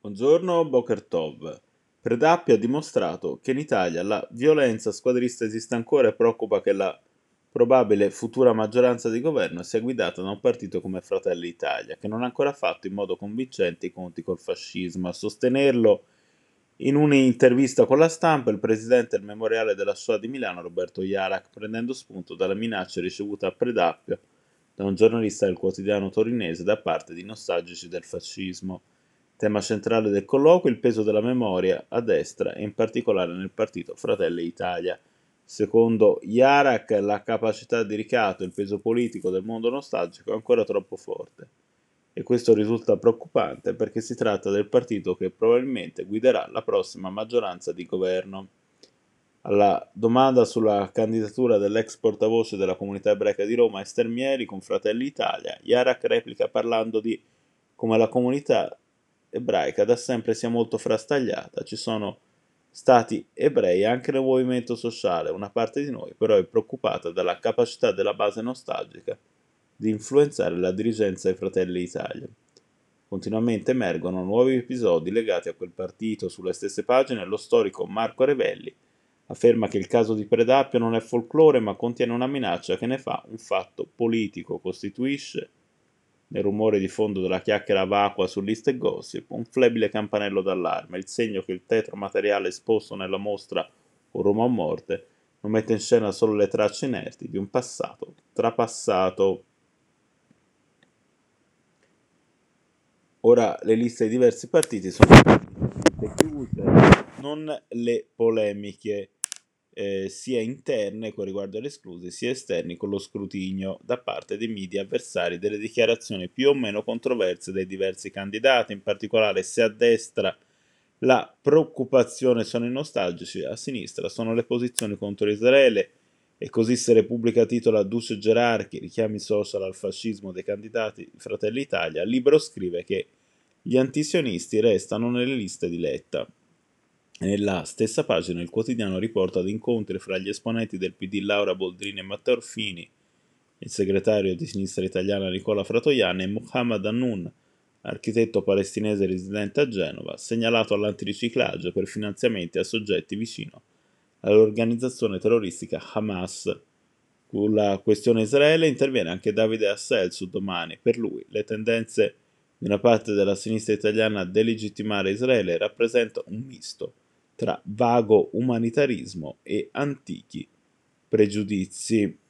Buongiorno, Boker Tov. Predappio ha dimostrato che in Italia la violenza squadrista esiste ancora e preoccupa che la probabile futura maggioranza di governo sia guidata da un partito come Fratelli Italia, che non ha ancora fatto in modo convincente i conti col fascismo. A sostenerlo in un'intervista con la stampa il presidente del Memoriale della Shoah di Milano, Roberto Iarak, prendendo spunto dalla minaccia ricevuta a Predappio da un giornalista del quotidiano torinese da parte di nostalgici del fascismo. Tema centrale del colloquio il peso della memoria a destra e in particolare nel partito Fratelli Italia. Secondo Iarak la capacità di ricatto e il peso politico del mondo nostalgico è ancora troppo forte e questo risulta preoccupante perché si tratta del partito che probabilmente guiderà la prossima maggioranza di governo. Alla domanda sulla candidatura dell'ex portavoce della comunità ebraica di Roma Ester Mieri con Fratelli Italia, Iarak replica parlando di come la comunità ebraica da sempre sia molto frastagliata, ci sono stati ebrei anche nel movimento sociale, una parte di noi però è preoccupata dalla capacità della base nostalgica di influenzare la dirigenza dei Fratelli Italia. Continuamente emergono nuovi episodi legati a quel partito. Sulle stesse pagine lo storico Marco Revelli afferma che il caso di Predappio non è folklore ma contiene una minaccia che ne fa un fatto politico, costituisce, nel rumore di fondo della chiacchiera vacua su liste e gossip, un flebile campanello d'allarme, il segno che il tetro materiale esposto nella mostra O Roma o Morte non mette in scena solo le tracce inerti di un passato trapassato. Ora le liste di diversi partiti sono chiuse, non le polemiche sia interne con riguardo alle escluse, sia esterni con lo scrutinio da parte dei media avversari delle dichiarazioni più o meno controverse dei diversi candidati, in particolare se a destra la preoccupazione sono i nostalgici, a sinistra sono le posizioni contro Israele e così se Repubblica titola Duce Gerarchi, richiami social al fascismo dei candidati di Fratelli Italia, Libero scrive che gli antisionisti restano nelle liste di Letta. E nella stessa pagina il quotidiano riporta di incontri fra gli esponenti del PD Laura Boldrini e Matteo Orfini, il segretario di sinistra italiana Nicola Fratoianni e Muhammad Hannoun, architetto palestinese residente a Genova, segnalato all'antiriciclaggio per finanziamenti a soggetti vicino all'organizzazione terroristica Hamas. Sulla questione Israele interviene anche Davide Assel su Domani. Per lui le tendenze di una parte della sinistra italiana a delegittimare Israele rappresentano un misto tra vago umanitarismo e antichi pregiudizi.